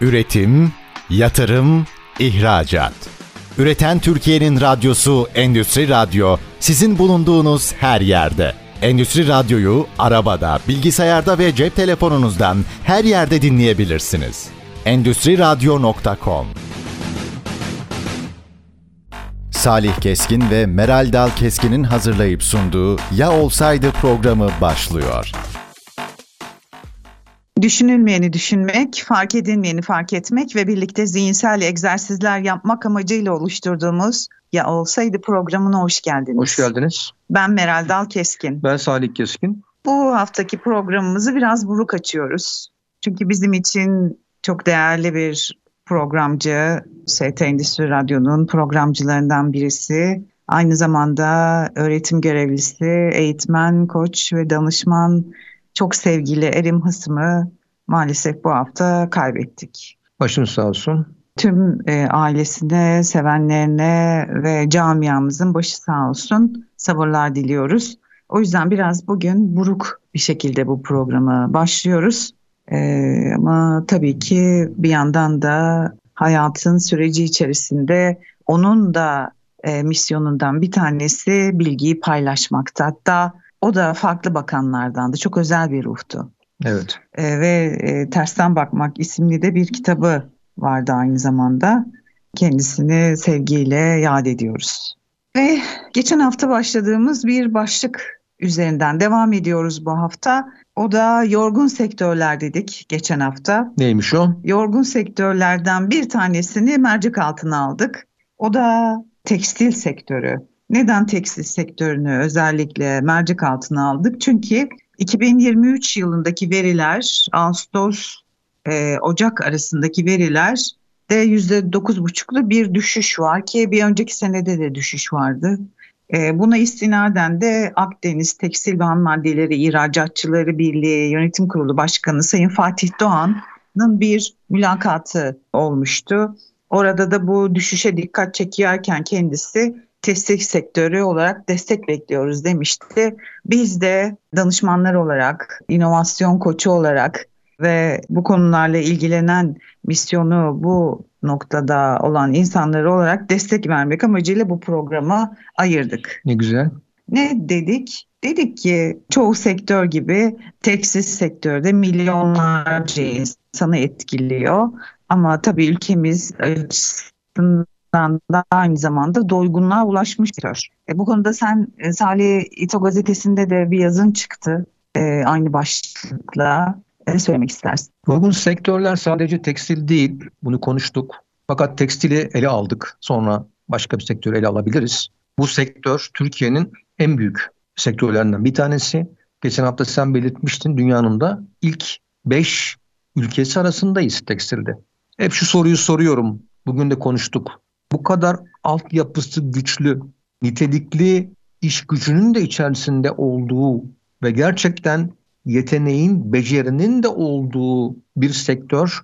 Üretim, yatırım, ihracat. Üreten Türkiye'nin radyosu Endüstri Radyo, sizin bulunduğunuz her yerde. Endüstri Radyo'yu arabada, bilgisayarda ve cep telefonunuzdan her yerde dinleyebilirsiniz. Endüstriradyo.com. Salih Keskin ve Meral Dal Keskin'in hazırlayıp sunduğu Ya Olsaydı programı başlıyor. Düşünülmeyeni düşünmek, fark edilmeyeni fark etmek ve birlikte zihinsel egzersizler yapmak amacıyla oluşturduğumuz Ya Olsaydı programına hoş geldiniz. Hoş geldiniz. Ben Meral Dal Keskin. Ben Salih Keskin. Bu haftaki programımızı biraz buruk açıyoruz. Çünkü bizim için çok değerli bir programcı, ST Endüstri Radyo'nun programcılarından birisi. Aynı zamanda öğretim görevlisi, eğitmen, koç ve danışman, çok sevgili Erim Hısım'ı maalesef bu hafta kaybettik. Başınız sağ olsun. Tüm ailesine, sevenlerine ve camiamızın başı sağ olsun. Sabırlar diliyoruz. O yüzden biraz bugün buruk bir şekilde bu programı başlıyoruz. Ama tabii ki bir yandan da hayatın süreci içerisinde onun da misyonundan bir tanesi bilgiyi paylaşmakta. Hatta o da farklı bakanlardandı. Çok özel bir ruhtu. Evet. Ve Tersten Bakmak isimli de bir kitabı vardı aynı zamanda. Kendisini sevgiyle yad ediyoruz. Ve geçen hafta başladığımız bir başlık üzerinden devam ediyoruz bu hafta. O da yorgun sektörler dedik geçen hafta. Neymiş o? Yorgun sektörlerden bir tanesini mercek altına aldık. O da tekstil sektörü. Neden tekstil sektörünü özellikle mercek altına aldık? Çünkü 2023 yılındaki veriler, Ağustos-Ocak arasındaki veriler de %9,5'lu bir düşüş var ki bir önceki senede de düşüş vardı. Buna istinaden de Akdeniz Tekstil ve Ham Maddeleri İhracatçıları Birliği Yönetim Kurulu Başkanı Sayın Fatih Doğan'ın bir mülakatı olmuştu. Orada da bu düşüşe dikkat çekerken kendisi tekstil sektörü olarak destek bekliyoruz demişti. Biz de danışmanlar olarak, inovasyon koçu olarak ve bu konularla ilgilenen misyonu bu noktada olan insanlar olarak destek vermek amacıyla bu programa ayırdık. Ne güzel. Ne dedik? Dedik ki çoğu sektör gibi tekstil sektörü de milyonlarca insanı etkiliyor. Ama tabii ülkemiz açısından da aynı zamanda doygunluğa ulaşmıştır. Bu konuda sen Salih İTO gazetesinde de bir yazın çıktı aynı başlıkla. Söylemek istersin. Yorgun sektörler sadece tekstil değil. Bunu konuştuk. Fakat tekstili ele aldık. Sonra başka bir sektörü ele alabiliriz. Bu sektör Türkiye'nin en büyük sektörlerinden bir tanesi. Geçen hafta sen belirtmiştin, dünyanın da ilk 5 ülkesi arasındayız tekstilde. Hep şu soruyu soruyorum. Bugün de konuştuk. Bu kadar altyapısı güçlü, nitelikli iş gücünün de içerisinde olduğu ve gerçekten yeteneğin, becerinin de olduğu bir sektör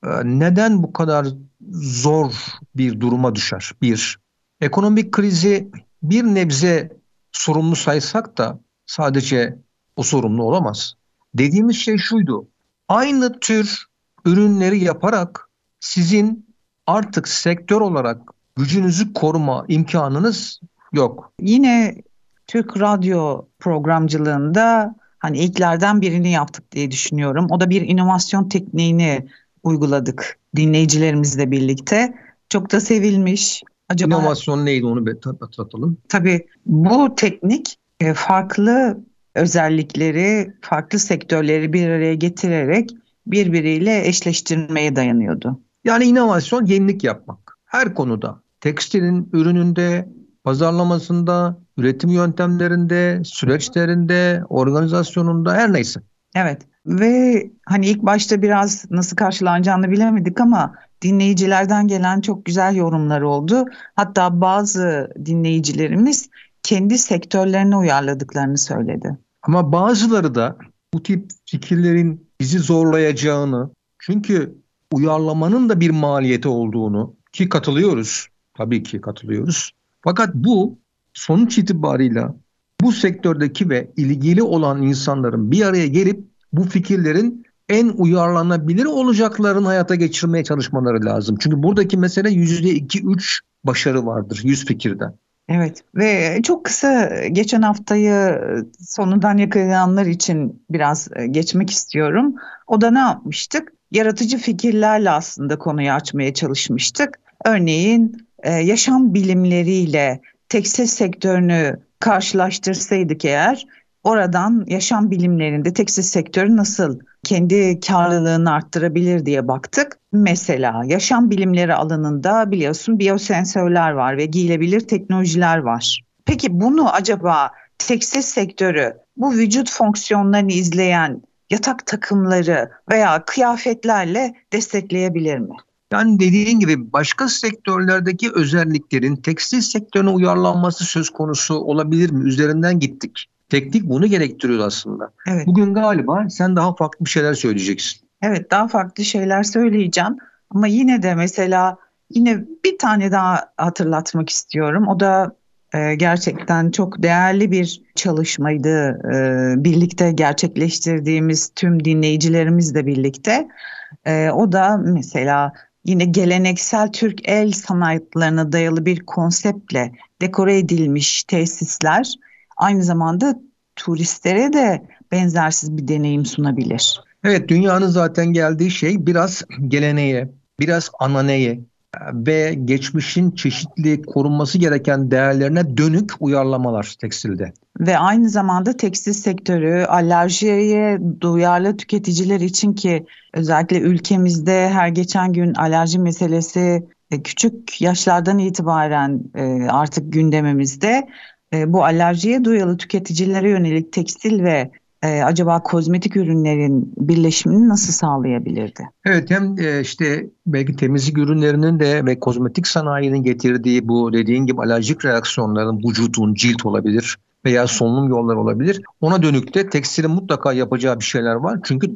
neden bu kadar zor bir duruma düşer? Bir, ekonomik krizi bir nebze sorumlu saysak da sadece o sorumlu olamaz. Dediğimiz şey şuydu: aynı tür ürünleri yaparak sizin artık sektör olarak gücünüzü koruma imkanınız yok. Yine Türk radyo programcılığında hani ilklerden birini yaptık diye düşünüyorum. O da bir inovasyon tekniğini uyguladık dinleyicilerimizle birlikte. Çok da sevilmiş. Acaba İnovasyon neydi, onu bir hatırlatalım. Tabii bu teknik farklı özellikleri, farklı sektörleri bir araya getirerek birbiriyle eşleştirmeye dayanıyordu. Yani inovasyon, yenilik yapmak. Her konuda. Tekstilin ürününde, pazarlamasında, üretim yöntemlerinde, süreçlerinde, organizasyonunda, her neyse. Evet ve hani ilk başta biraz nasıl karşılanacağını bilemedik ama dinleyicilerden gelen çok güzel yorumlar oldu. Hatta bazı dinleyicilerimiz kendi sektörlerine uyarladıklarını söyledi. Ama bazıları da bu tip fikirlerin bizi zorlayacağını, çünkü uyarlamanın da bir maliyeti olduğunu, ki katılıyoruz, tabii ki katılıyoruz. Fakat bu sonuç itibarıyla bu sektördeki ve ilgili olan insanların bir araya gelip bu fikirlerin en uyarlanabilir olacakların hayata geçirmeye çalışmaları lazım. Çünkü buradaki mesele %2-3 başarı vardır 100 fikirden. Evet ve çok kısa geçen haftayı sonundan yakalayanlar için biraz geçmek istiyorum. O da ne yapmıştık? Yaratıcı fikirlerle aslında konuyu açmaya çalışmıştık. Örneğin yaşam bilimleriyle tekstil sektörünü karşılaştırsaydık eğer oradan yaşam bilimlerinde tekstil sektörü nasıl kendi karlılığını arttırabilir diye baktık. Mesela yaşam bilimleri alanında biliyorsun biyosensörler var ve giyilebilir teknolojiler var. Peki bunu acaba tekstil sektörü bu vücut fonksiyonlarını izleyen yatak takımları veya kıyafetlerle destekleyebilir mi? Yani dediğin gibi başka sektörlerdeki özelliklerin tekstil sektörüne uyarlanması söz konusu olabilir mi? Üzerinden gittik. Teknik bunu gerektiriyor aslında. Evet. Bugün galiba sen daha farklı bir şeyler söyleyeceksin. Evet, daha farklı şeyler söyleyeceğim ama yine de mesela yine bir tane daha hatırlatmak istiyorum. O da gerçekten çok değerli bir çalışmaydı. Birlikte gerçekleştirdiğimiz tüm dinleyicilerimizle birlikte. O da mesela yine geleneksel Türk el sanatlarına dayalı bir konseptle dekore edilmiş tesisler aynı zamanda turistlere de benzersiz bir deneyim sunabilir. Evet, dünyanın zaten geldiği şey biraz geleneğe, biraz ananeye ve geçmişin çeşitli korunması gereken değerlerine dönük uyarlamalar tekstilde. Ve aynı zamanda tekstil sektörü alerjiye duyarlı tüketiciler için ki özellikle ülkemizde her geçen gün alerji meselesi küçük yaşlardan itibaren artık gündemimizde. Bu alerjiye duyarlı tüketicilere yönelik tekstil ve acaba kozmetik ürünlerin birleşimini nasıl sağlayabilirdi? Evet, hem işte belki temizlik ürünlerinin de ve kozmetik sanayinin getirdiği bu dediğin gibi alerjik reaksiyonların vücudun cilt olabilir veya solunum yolları olabilir. Ona dönük de tekstilin mutlaka yapacağı bir şeyler var. Çünkü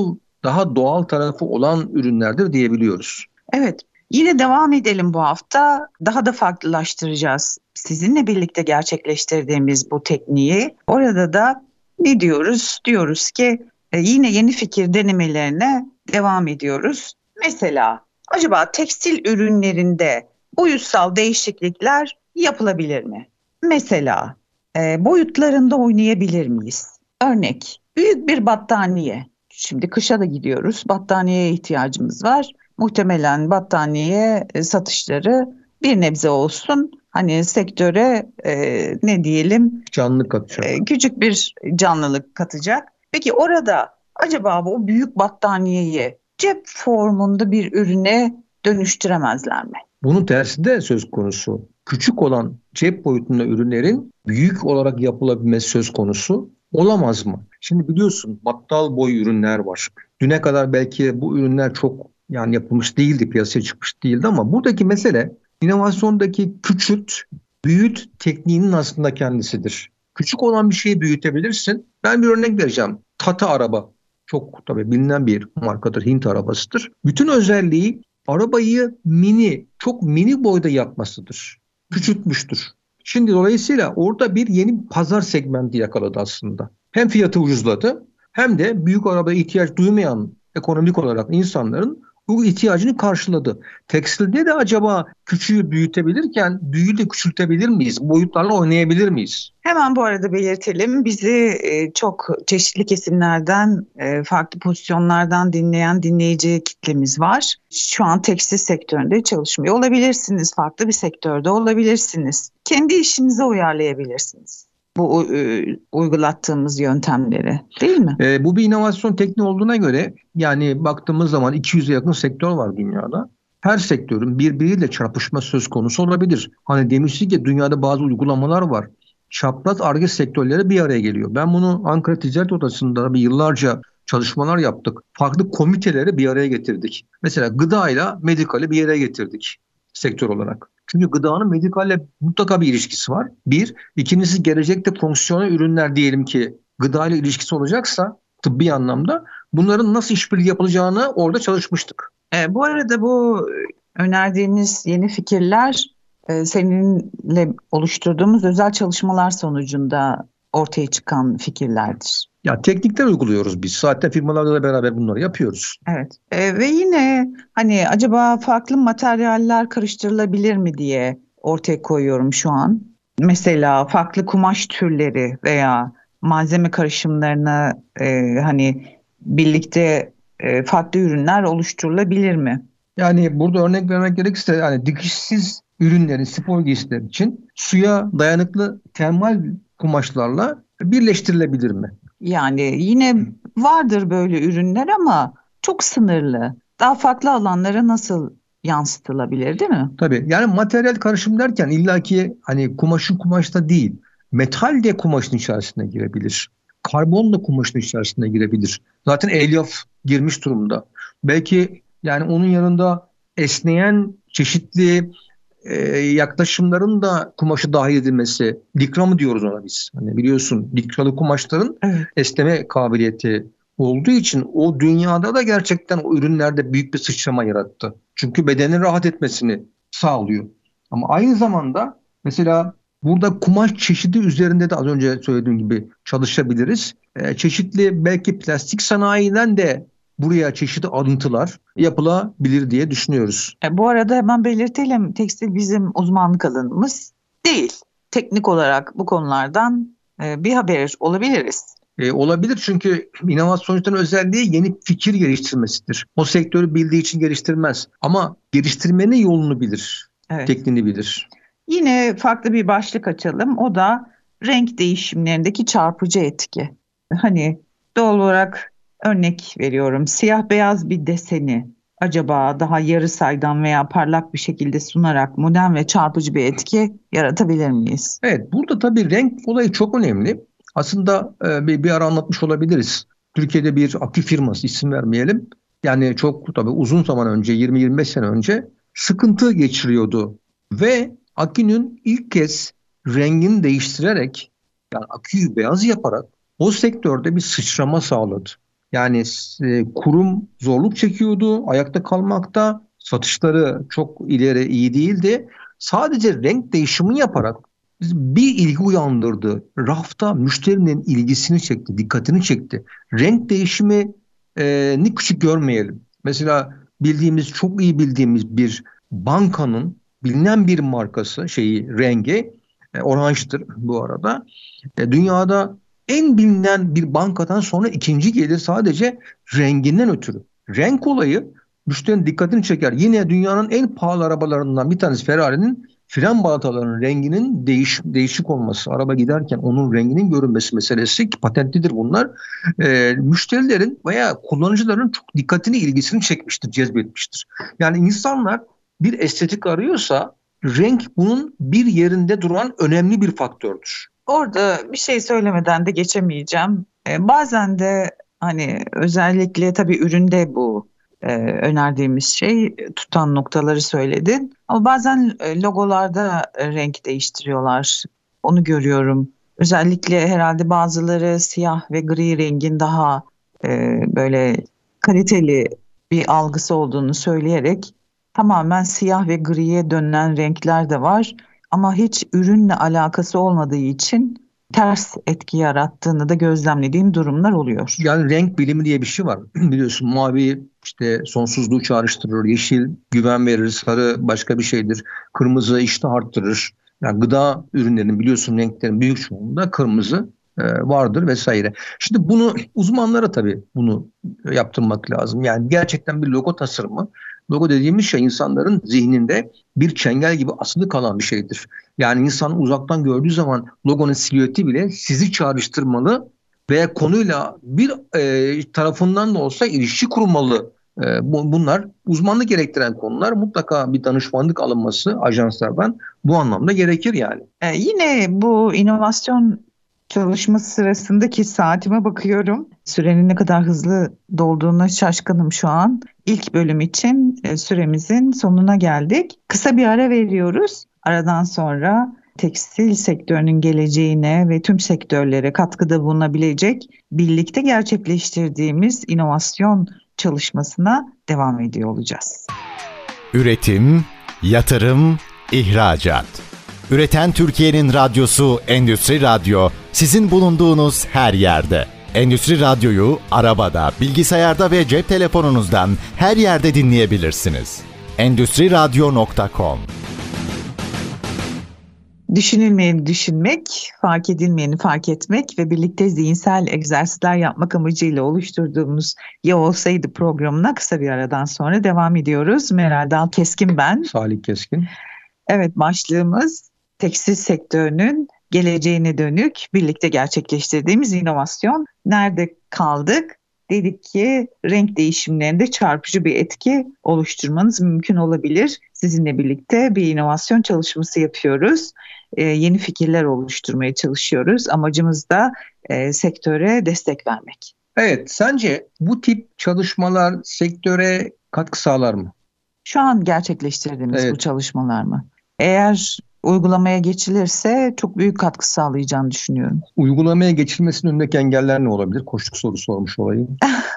daha doğal tarafı olan ürünlerdir diyebiliyoruz. Evet, yine devam edelim bu hafta. Daha da farklılaştıracağız. Sizinle birlikte gerçekleştirdiğimiz bu tekniği. Orada da ne diyoruz? Diyoruz ki yine yeni fikir denemelerine devam ediyoruz. Mesela acaba tekstil ürünlerinde boyutsal değişiklikler yapılabilir mi? Mesela boyutlarında oynayabilir miyiz? Örnek, büyük bir battaniye. Şimdi kışa da gidiyoruz. Battaniyeye ihtiyacımız var. Muhtemelen battaniye satışları bir nebze olsun hani sektöre ne diyelim Canlı katacak. küçük bir canlılık katacak. Peki orada acaba bu büyük battaniyeyi cep formunda bir ürüne dönüştüremezler mi? Bunun tersi de söz konusu. Küçük olan cep boyutunda ürünlerin büyük olarak yapılabilmesi söz konusu olamaz mı? Şimdi biliyorsun battal boy ürünler var. Düne kadar belki bu ürünler çok yani yapılmış değildi, piyasaya çıkmış değildi ama buradaki mesele inovasyondaki küçült, büyüt tekniğinin aslında kendisidir. Küçük olan bir şeyi büyütebilirsin. Ben bir örnek vereceğim. Tata araba. Çok tabii bilinen bir markadır, Hint arabasıdır. Bütün özelliği arabayı çok mini boyda yapmasıdır. Küçültmüştür. Şimdi dolayısıyla orada bir yeni pazar segmenti yakaladı aslında. Hem fiyatı ucuzladı hem de büyük arabaya ihtiyaç duymayan ekonomik olarak insanların bu ihtiyacını karşıladı. Tekstilde de acaba küçüğü büyütebilirken büyüğü de küçültebilir miyiz? Boyutlarla oynayabilir miyiz? Hemen bu arada belirtelim bizi çok çeşitli kesimlerden farklı pozisyonlardan dinleyen dinleyici kitlemiz var. Şu an tekstil sektöründe çalışmıyor olabilirsiniz, farklı bir sektörde olabilirsiniz. Kendi işinize uyarlayabilirsiniz bu uygulattığımız yöntemleri, değil mi? Bu bir inovasyon tekniği olduğuna göre yani baktığımız zaman 200'e yakın sektör var dünyada. Her sektörün birbiriyle çarpışma söz konusu olabilir. Hani demiştik ya dünyada bazı uygulamalar var. Çapraz Ar-Ge sektörleri bir araya geliyor. Ben bunu Ankara Ticaret Odası'nda yıllarca çalışmalar yaptık. Farklı komiteleri bir araya getirdik. Mesela gıda ile medikali bir yere getirdik sektör olarak. Çünkü gıdanın medikalle mutlaka bir ilişkisi var. Bir. İkincisi gelecekte fonksiyonel ürünler diyelim ki gıda ile ilişkisi olacaksa tıbbi anlamda bunların nasıl işbirliği yapılacağını orada çalışmıştık. Bu arada bu önerdiğimiz yeni fikirler seninle oluşturduğumuz özel çalışmalar sonucunda ortaya çıkan fikirlerdir. Ya teknikler uyguluyoruz biz. Zaten firmalarla da beraber bunları yapıyoruz. Evet. Ve yine hani acaba farklı materyaller karıştırılabilir mi diye ortaya koyuyorum şu an. Mesela farklı kumaş türleri veya malzeme karışımlarını hani birlikte farklı ürünler oluşturulabilir mi? Yani burada örnek vermek gerekirse yani dikişsiz ürünlerin, spor giysiler için suya dayanıklı termal kumaşlarla birleştirilebilir mi? Yani yine vardır böyle ürünler ama çok sınırlı. Daha farklı alanlara nasıl yansıtılabilir, değil mi? Tabii yani materyal karışım derken illaki hani kumaşın kumaşta değil, metal de kumaşın içerisine girebilir. Karbon da kumaşın içerisine girebilir. Zaten elyaf girmiş durumda. Belki yani onun yanında esneyen çeşitli yaklaşımların da kumaşı dahil edilmesi. Likra mı diyoruz ona biz? Hani biliyorsun likralı kumaşların Evet. esneme kabiliyeti olduğu için o dünyada da gerçekten o ürünlerde büyük bir sıçrama yarattı. Çünkü bedenin rahat etmesini sağlıyor. Ama aynı zamanda mesela burada kumaş çeşidi üzerinde de az önce söylediğim gibi çalışabiliriz. Çeşitli belki plastik sanayiden de buraya çeşitli alıntılar yapılabilir diye düşünüyoruz. Bu arada hemen belirtelim, tekstil bizim uzmanlık alanımız değil. Teknik olarak bu konulardan bir haber olabiliriz. Olabilir çünkü inovasyoncuların özelliği yeni fikir geliştirmesidir. O sektörü bildiği için geliştirmez ama geliştirmenin yolunu bilir, Evet. tekniğini bilir. Yine farklı bir başlık açalım. O da renk değişimlerindeki çarpıcı etki. Hani doğal olarak örnek veriyorum. Siyah beyaz bir deseni acaba daha yarı saydam veya parlak bir şekilde sunarak modern ve çarpıcı bir etki yaratabilir miyiz? Evet, burada tabii renk olayı çok önemli. Aslında bir ara anlatmış olabiliriz. Türkiye'de bir akü firması, isim vermeyelim. Yani çok tabii uzun zaman önce, 20-25 sene önce sıkıntı geçiriyordu. Ve akünün ilk kez rengini değiştirerek, yani aküyü beyaz yaparak o sektörde bir sıçrama sağladı. Yani kurum zorluk çekiyordu, ayakta kalmakta, satışları çok ileri iyi değildi. Sadece renk değişimi yaparak bir ilgi uyandırdı. Rafta müşterinin ilgisini çekti, dikkatini çekti. Renk değişimi ni küçük görmeyelim. Mesela çok iyi bildiğimiz bir bankanın bilinen bir markası rengi oranjtır bu arada. Dünyada en bilinen bir bankadan sonra ikinci gelir sadece renginden ötürü. Renk olayı müşterinin dikkatini çeker. Yine dünyanın en pahalı arabalarından bir tanesi Ferrari'nin fren balatalarının renginin değişik olması, araba giderken onun renginin görünmesi meselesi, patentlidir bunlar. Müşterilerin veya kullanıcıların çok dikkatini, ilgisini çekmiştir, cezbetmiştir. Yani insanlar bir estetik arıyorsa renk bunun bir yerinde duran önemli bir faktördür. Orada bir şey söylemeden de geçemeyeceğim. Bazen de hani özellikle tabii üründe bu önerdiğimiz şey tutan noktaları söyledin. Ama bazen logolarda renk değiştiriyorlar. Onu görüyorum. Özellikle herhalde bazıları siyah ve gri rengin daha böyle kaliteli bir algısı olduğunu söyleyerek tamamen siyah ve griye dönülen renkler de var. Ama hiç ürünle alakası olmadığı için ters etki yarattığını da gözlemlediğim durumlar oluyor. Yani renk bilimi diye bir şey var. Biliyorsun mavi işte sonsuzluğu çağrıştırır, yeşil güven verir, sarı başka bir şeydir, kırmızı iştah arttırır. Yani gıda ürünlerinin biliyorsun renklerin büyük çoğunluğunda kırmızı vardır vesaire. Şimdi bunu uzmanlara tabii bunu yaptırmak lazım. Yani gerçekten bir logo tasarımı. Logo dediğimiz şey insanların zihninde bir çengel gibi asılı kalan bir şeydir. Yani insan uzaktan gördüğü zaman logonun silüeti bile sizi çağrıştırmalı veya konuyla bir tarafından da olsa ilişki kurmalı. Bunlar uzmanlık gerektiren konular, mutlaka bir danışmanlık alınması ajanslardan bu anlamda gerekir yani. Yine bu inovasyon çalışması sırasındaki saatime bakıyorum. Sürenin ne kadar hızlı dolduğuna şaşkınım şu an. İlk bölüm için süremizin sonuna geldik. Kısa bir ara veriyoruz. Aradan sonra tekstil sektörünün geleceğine ve tüm sektörlere katkıda bulunabilecek birlikte gerçekleştirdiğimiz inovasyon çalışmasına devam ediyor olacağız. Üretim, yatırım, ihracat. Üreten Türkiye'nin radyosu Endüstri Radyo, sizin bulunduğunuz her yerde. Endüstri Radyo'yu arabada, bilgisayarda ve cep telefonunuzdan her yerde dinleyebilirsiniz. Endüstriradyo.com. Düşünülmeyeni düşünmek, fark edilmeyeni fark etmek ve birlikte zihinsel egzersizler yapmak amacıyla oluşturduğumuz Ya Olsaydı programına kısa bir aradan sonra devam ediyoruz. Meral Dal Keskin ben. Salih Keskin. Evet, başlığımız tekstil sektörünün geleceğine dönük birlikte gerçekleştirdiğimiz inovasyon. Nerede kaldık? Dedik ki renk değişimlerinde çarpıcı bir etki oluşturmanız mümkün olabilir. Sizinle birlikte bir inovasyon çalışması yapıyoruz. Yeni fikirler oluşturmaya çalışıyoruz. Amacımız da sektöre destek vermek. Evet, sence bu tip çalışmalar sektöre katkı sağlar mı? Şu an gerçekleştirdiğimiz bu çalışmalar mı? Eğer uygulamaya geçilirse çok büyük katkı sağlayacağını düşünüyorum. Uygulamaya geçilmesinin önündeki engeller ne olabilir? Koşluk soru sormuş olayım.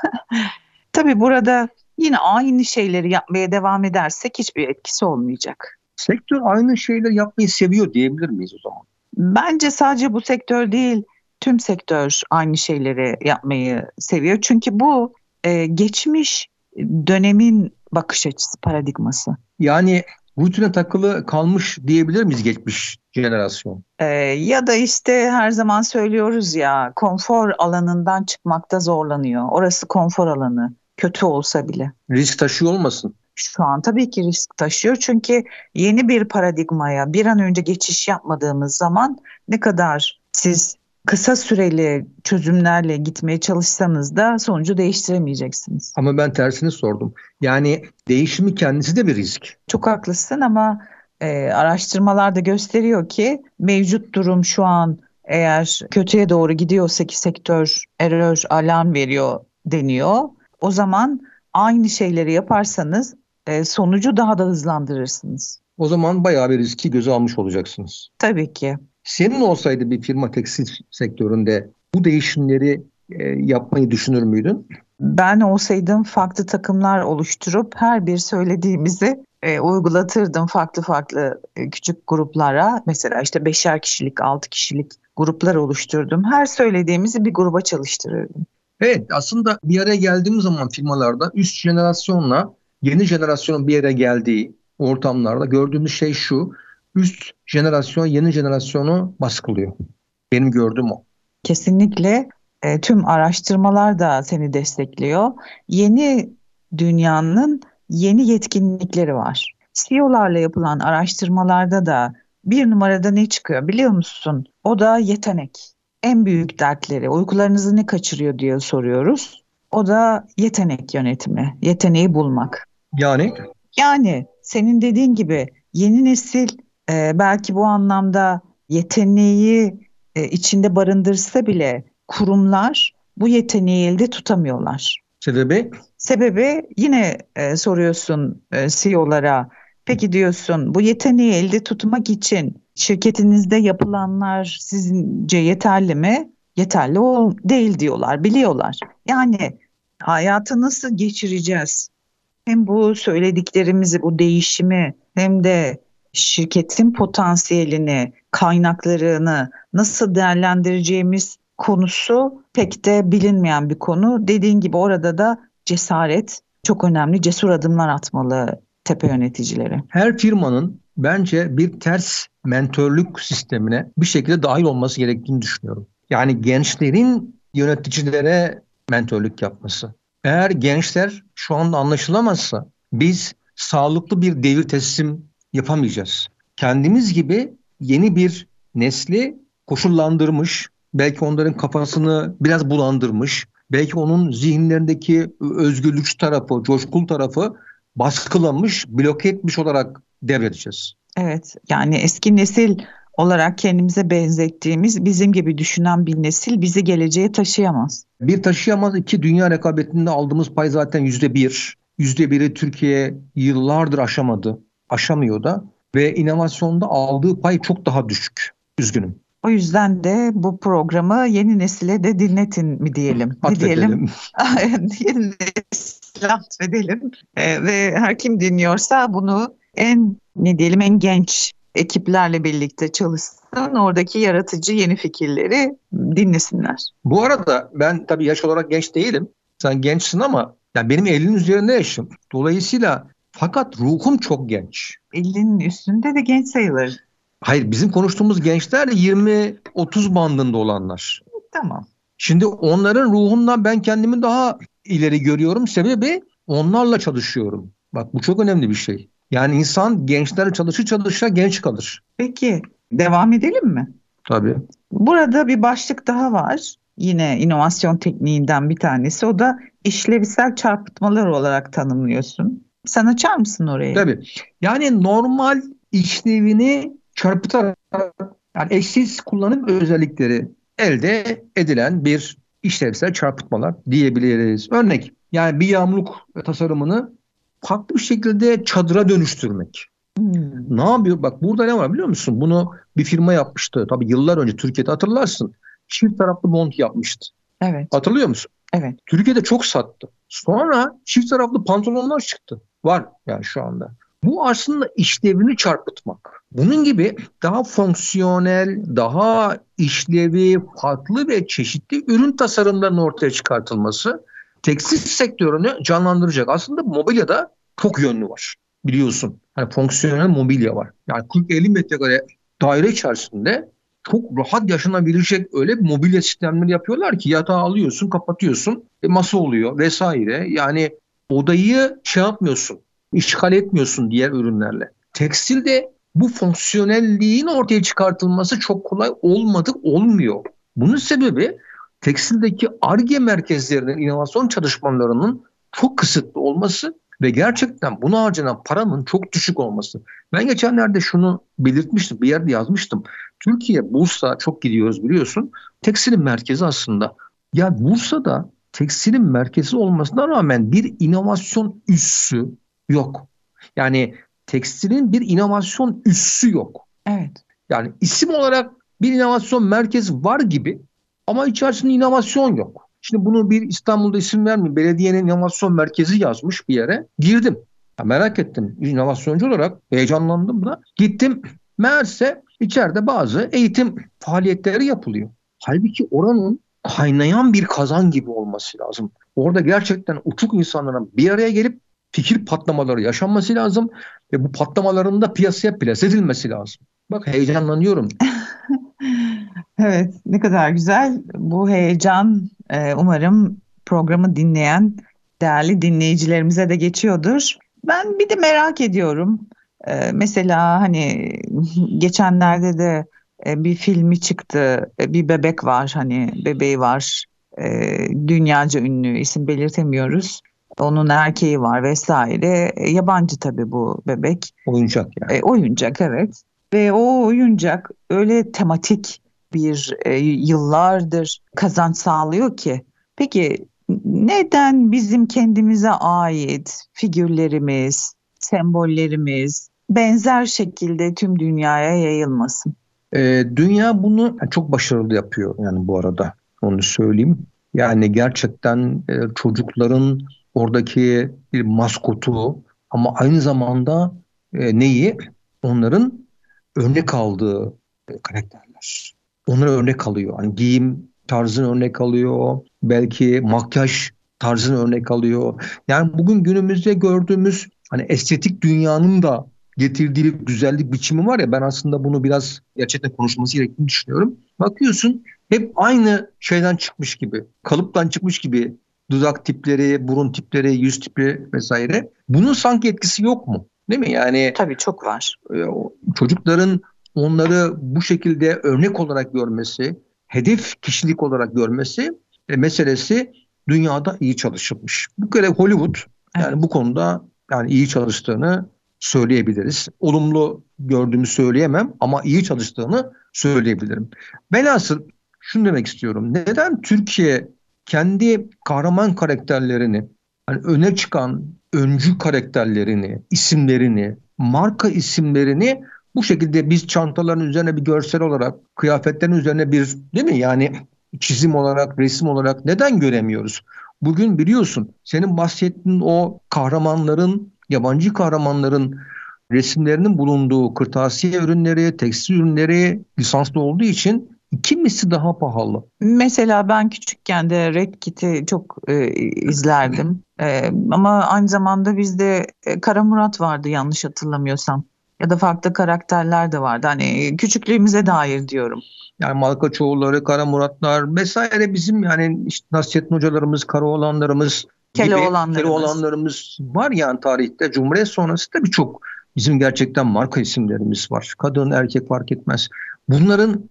Tabii burada yine aynı şeyleri yapmaya devam edersek hiçbir etkisi olmayacak. Sektör aynı şeyleri yapmayı seviyor diyebilir miyiz o zaman? Bence sadece bu sektör değil, tüm sektör aynı şeyleri yapmayı seviyor. Çünkü bu geçmiş dönemin bakış açısı, paradigması. Yani rutine takılı kalmış diyebilir miyiz geçmiş jenerasyon? Ya da işte her zaman söylüyoruz ya, konfor alanından çıkmakta zorlanıyor. Orası konfor alanı, kötü olsa bile. Risk taşıyor olmasın? Şu an tabii ki risk taşıyor. Çünkü yeni bir paradigmaya bir an önce geçiş yapmadığımız zaman ne kadar siz kısa süreli çözümlerle gitmeye çalışsanız da sonucu değiştiremeyeceksiniz. Ama ben tersini sordum. Yani değişimi kendisi de bir risk. Çok haklısın ama araştırmalar da gösteriyor ki mevcut durum şu an eğer kötüye doğru gidiyorsa ki sektör error alarm veriyor deniyor. O zaman aynı şeyleri yaparsanız sonucu daha da hızlandırırsınız. O zaman bayağı bir riski göze almış olacaksınız. Tabii ki. Senin olsaydı bir firma tekstil sektöründe bu değişimleri yapmayı düşünür müydün? Ben olsaydım farklı takımlar oluşturup her bir söylediğimizi uygulatırdım farklı küçük gruplara. Mesela işte 5'er kişilik, 6 kişilik gruplar oluşturdum. Her söylediğimizi bir gruba çalıştırırdım. Evet, aslında bir araya geldiğimiz zaman firmalarda üst jenerasyonla yeni jenerasyonun bir yere geldiği ortamlarda gördüğümüz şey şu: üst jenerasyon yeni jenerasyonu baskılıyor. Benim gördüğüm o. Kesinlikle tüm araştırmalar da seni destekliyor. Yeni dünyanın yeni yetkinlikleri var. CEO'larla yapılan araştırmalarda da bir numarada ne çıkıyor biliyor musun? O da yetenek. En büyük dertleri, uykularınızı ne kaçırıyor diye soruyoruz. O da yetenek yönetimi, yeteneği bulmak. Yani senin dediğin gibi yeni nesil belki bu anlamda yeteneği içinde barındırsa bile kurumlar bu yeteneği elde tutamıyorlar. Sebebi? Sebebi yine soruyorsun CEO'lara. Peki diyorsun, bu yeteneği elde tutmak için şirketinizde yapılanlar sizce yeterli mi? Yeterli değil diyorlar, biliyorlar. Yani hayatı nasıl geçireceğiz? Hem bu söylediklerimizi, bu değişimi hem de şirketin potansiyelini, kaynaklarını nasıl değerlendireceğimiz konusu pek de bilinmeyen bir konu. Dediğin gibi orada da cesaret çok önemli. Cesur adımlar atmalı tepe yöneticileri. Her firmanın bence bir ters mentörlük sistemine bir şekilde dahil olması gerektiğini düşünüyorum. Yani gençlerin yöneticilere mentörlük yapması. Eğer gençler şu anda anlaşılamazsa biz sağlıklı bir devir teslim yapamayacağız. Kendimiz gibi yeni bir nesli koşullandırmış, belki onların kafasını biraz bulandırmış, belki onun zihinlerindeki özgürlükçü tarafı, coşkulu tarafı baskılamış, bloke etmiş olarak devredeceğiz. Evet, yani eski nesil olarak kendimize benzettiğimiz bizim gibi düşünen bir nesil bizi geleceğe taşıyamaz. Bir taşıyamaz, iki dünya rekabetinde aldığımız pay zaten %1. %1'i Türkiye yıllardır aşamıyor da ve inovasyonda aldığı pay çok daha düşük. Üzgünüm. O yüzden de bu programı yeni nesile de dinletin mi diyelim? Atfedelim. Yeni nesile atfedelim. Ve her kim dinliyorsa bunu en genç ekiplerle birlikte çalışsın, oradaki yaratıcı yeni fikirleri dinlesinler. Bu arada ben tabii yaş olarak genç değilim. Sen gençsin ama ya benim 50'nin üzerinde yaşım. Dolayısıyla fakat ruhum çok genç. 50'nin üstünde de genç sayılır. Hayır, bizim konuştuğumuz gençler 20-30 bandında olanlar. Tamam. Şimdi onların ruhundan ben kendimi daha ileri görüyorum. Sebebi onlarla çalışıyorum. Bak, bu çok önemli bir şey. Yani insan gençlerle çalışa genç kalır. Peki devam edelim mi? Tabii. Burada bir başlık daha var. Yine inovasyon tekniğinden bir tanesi. O da işlevsel çarpıtmalar olarak tanımlıyorsun. Sen açar mısın orayı? Tabii. Yani normal işlevini çarpıtarak, yani eşsiz kullanım özellikleri elde edilen bir işlevsel çarpıtmalar diyebiliriz. Örnek, yani bir yağmurluk tasarımını farklı bir şekilde çadıra dönüştürmek. Ne yapıyor? Bak, burada ne var biliyor musun? Bunu bir firma yapmıştı. Tabii yıllar önce Türkiye'de, hatırlarsın. Çift taraflı mont yapmıştı. Evet. Hatırlıyor musun? Evet. Türkiye'de çok sattı. Sonra çift taraflı pantolonlar çıktı. Var yani şu anda. Bu aslında işlevini çarpıtmak. Bunun gibi daha fonksiyonel, daha işlevi farklı ve çeşitli ürün tasarımlarının ortaya çıkartılması tekstil sektörünü canlandıracak. Aslında mobilyada çok yönlü var, biliyorsun. Hani fonksiyonel mobilya var. Yani 40-50 metrekare daire içerisinde çok rahat yaşanabilecek öyle bir mobilya sistemleri yapıyorlar ki yatağı alıyorsun, kapatıyorsun, masa oluyor vesaire. Yani odayı şey yapmıyorsun, işgal etmiyorsun diğer ürünlerle. Tekstilde bu fonksiyonelliğin ortaya çıkartılması çok kolay olmuyor. Bunun sebebi tekstildeki Ar-Ge merkezlerinin inovasyon çalışmalarının çok kısıtlı olması ve gerçekten buna harcanan paranın çok düşük olması. Ben geçenlerde şunu belirtmiştim, bir yerde yazmıştım. Türkiye, Bursa çok gidiyoruz biliyorsun. Tekstilin merkezi aslında. Ya Bursa'da tekstilin merkezi olmasına rağmen bir inovasyon üssü yok. Yani tekstilin bir inovasyon üssü yok. Evet. Yani isim olarak bir inovasyon merkezi var gibi ama içerisinde inovasyon yok. Şimdi bunu bir İstanbul'da isim vermeyeyim. Belediyenin inovasyon merkezi yazmış bir yere. Girdim. Ya merak ettim. İnovasyoncu olarak heyecanlandım da. Gittim. Meğerse içeride bazı eğitim faaliyetleri yapılıyor. Halbuki oranın kaynayan bir kazan gibi olması lazım. Orada gerçekten uçuk insanların bir araya gelip fikir patlamaları yaşanması lazım ve bu patlamaların da piyasaya plase edilmesi lazım. Bak, heyecanlanıyorum. Evet, ne kadar güzel. Bu heyecan umarım programı dinleyen değerli dinleyicilerimize de geçiyordur. Ben bir de merak ediyorum. Mesela hani geçenlerde de bir filmi çıktı. Bir bebek var, hani bebeği var. Dünyaca ünlü, isim belirtemiyoruz. Onun erkeği var vesaire. Yabancı tabii bu bebek. Oyuncak yani. Oyuncak, evet. Ve o oyuncak öyle tematik bir yıllardır kazanç sağlıyor ki. Peki neden bizim kendimize ait figürlerimiz, sembollerimiz benzer şekilde tüm dünyaya yayılmasın? Dünya bunu çok başarılı yapıyor yani, bu arada onu söyleyeyim. Yani gerçekten çocukların oradaki bir maskotu ama aynı zamanda neyi? Onların örnek aldığı karakterler. Onlara örnek alıyor. Hani giyim tarzını örnek alıyor. Belki makyaj tarzını örnek alıyor. Yani bugün günümüzde gördüğümüz hani estetik dünyanın da getirdiği bir güzellik biçimi var ya, ben aslında bunu biraz gerçekten konuşması gerektiğini düşünüyorum. Bakıyorsun hep aynı şeyden çıkmış gibi, kalıptan çıkmış gibi dudak tipleri, burun tipleri, yüz tipi vesaire. Bunun sanki etkisi yok mu? Değil mi? Yani Tabii çok var. çocukların onları bu şekilde örnek olarak görmesi, hedef kişilik olarak görmesi meselesi dünyada iyi çalışılmış. Bu kere Hollywood yani bu konuda yani iyi çalıştığını söyleyebiliriz. Olumlu gördüğümü söyleyemem ama iyi çalıştığını söyleyebilirim. Velhasıl şunu demek istiyorum. Neden Türkiye kendi kahraman karakterlerini, yani öne çıkan öncü karakterlerini, isimlerini, marka isimlerini bu şekilde biz çantaların üzerine bir görsel olarak, kıyafetlerin üzerine bir, değil mi? Yani çizim olarak, resim olarak neden göremiyoruz? Bugün biliyorsun senin bahsettiğin o kahramanların, yabancı kahramanların resimlerinin bulunduğu kırtasiye ürünleri, tekstil ürünleri lisanslı olduğu için iki misli daha pahalı. Mesela ben küçükken de Red Kit'i çok izlerdim. Ama aynı zamanda bizde Kara Murat vardı yanlış hatırlamıyorsam. Ya da farklı karakterler de vardı. Hani küçüklüğümüze dair diyorum. Yani Malkaçoğulları, Kara Muratlar vesaire bizim yani işte Nasrettin hocalarımız, Karaoğlanlarımız gibi Keloğlanlarımız var yani tarihte. Cumhuriyet sonrası da birçok bizim gerçekten marka isimlerimiz var. Kadın, erkek fark etmez. Bunların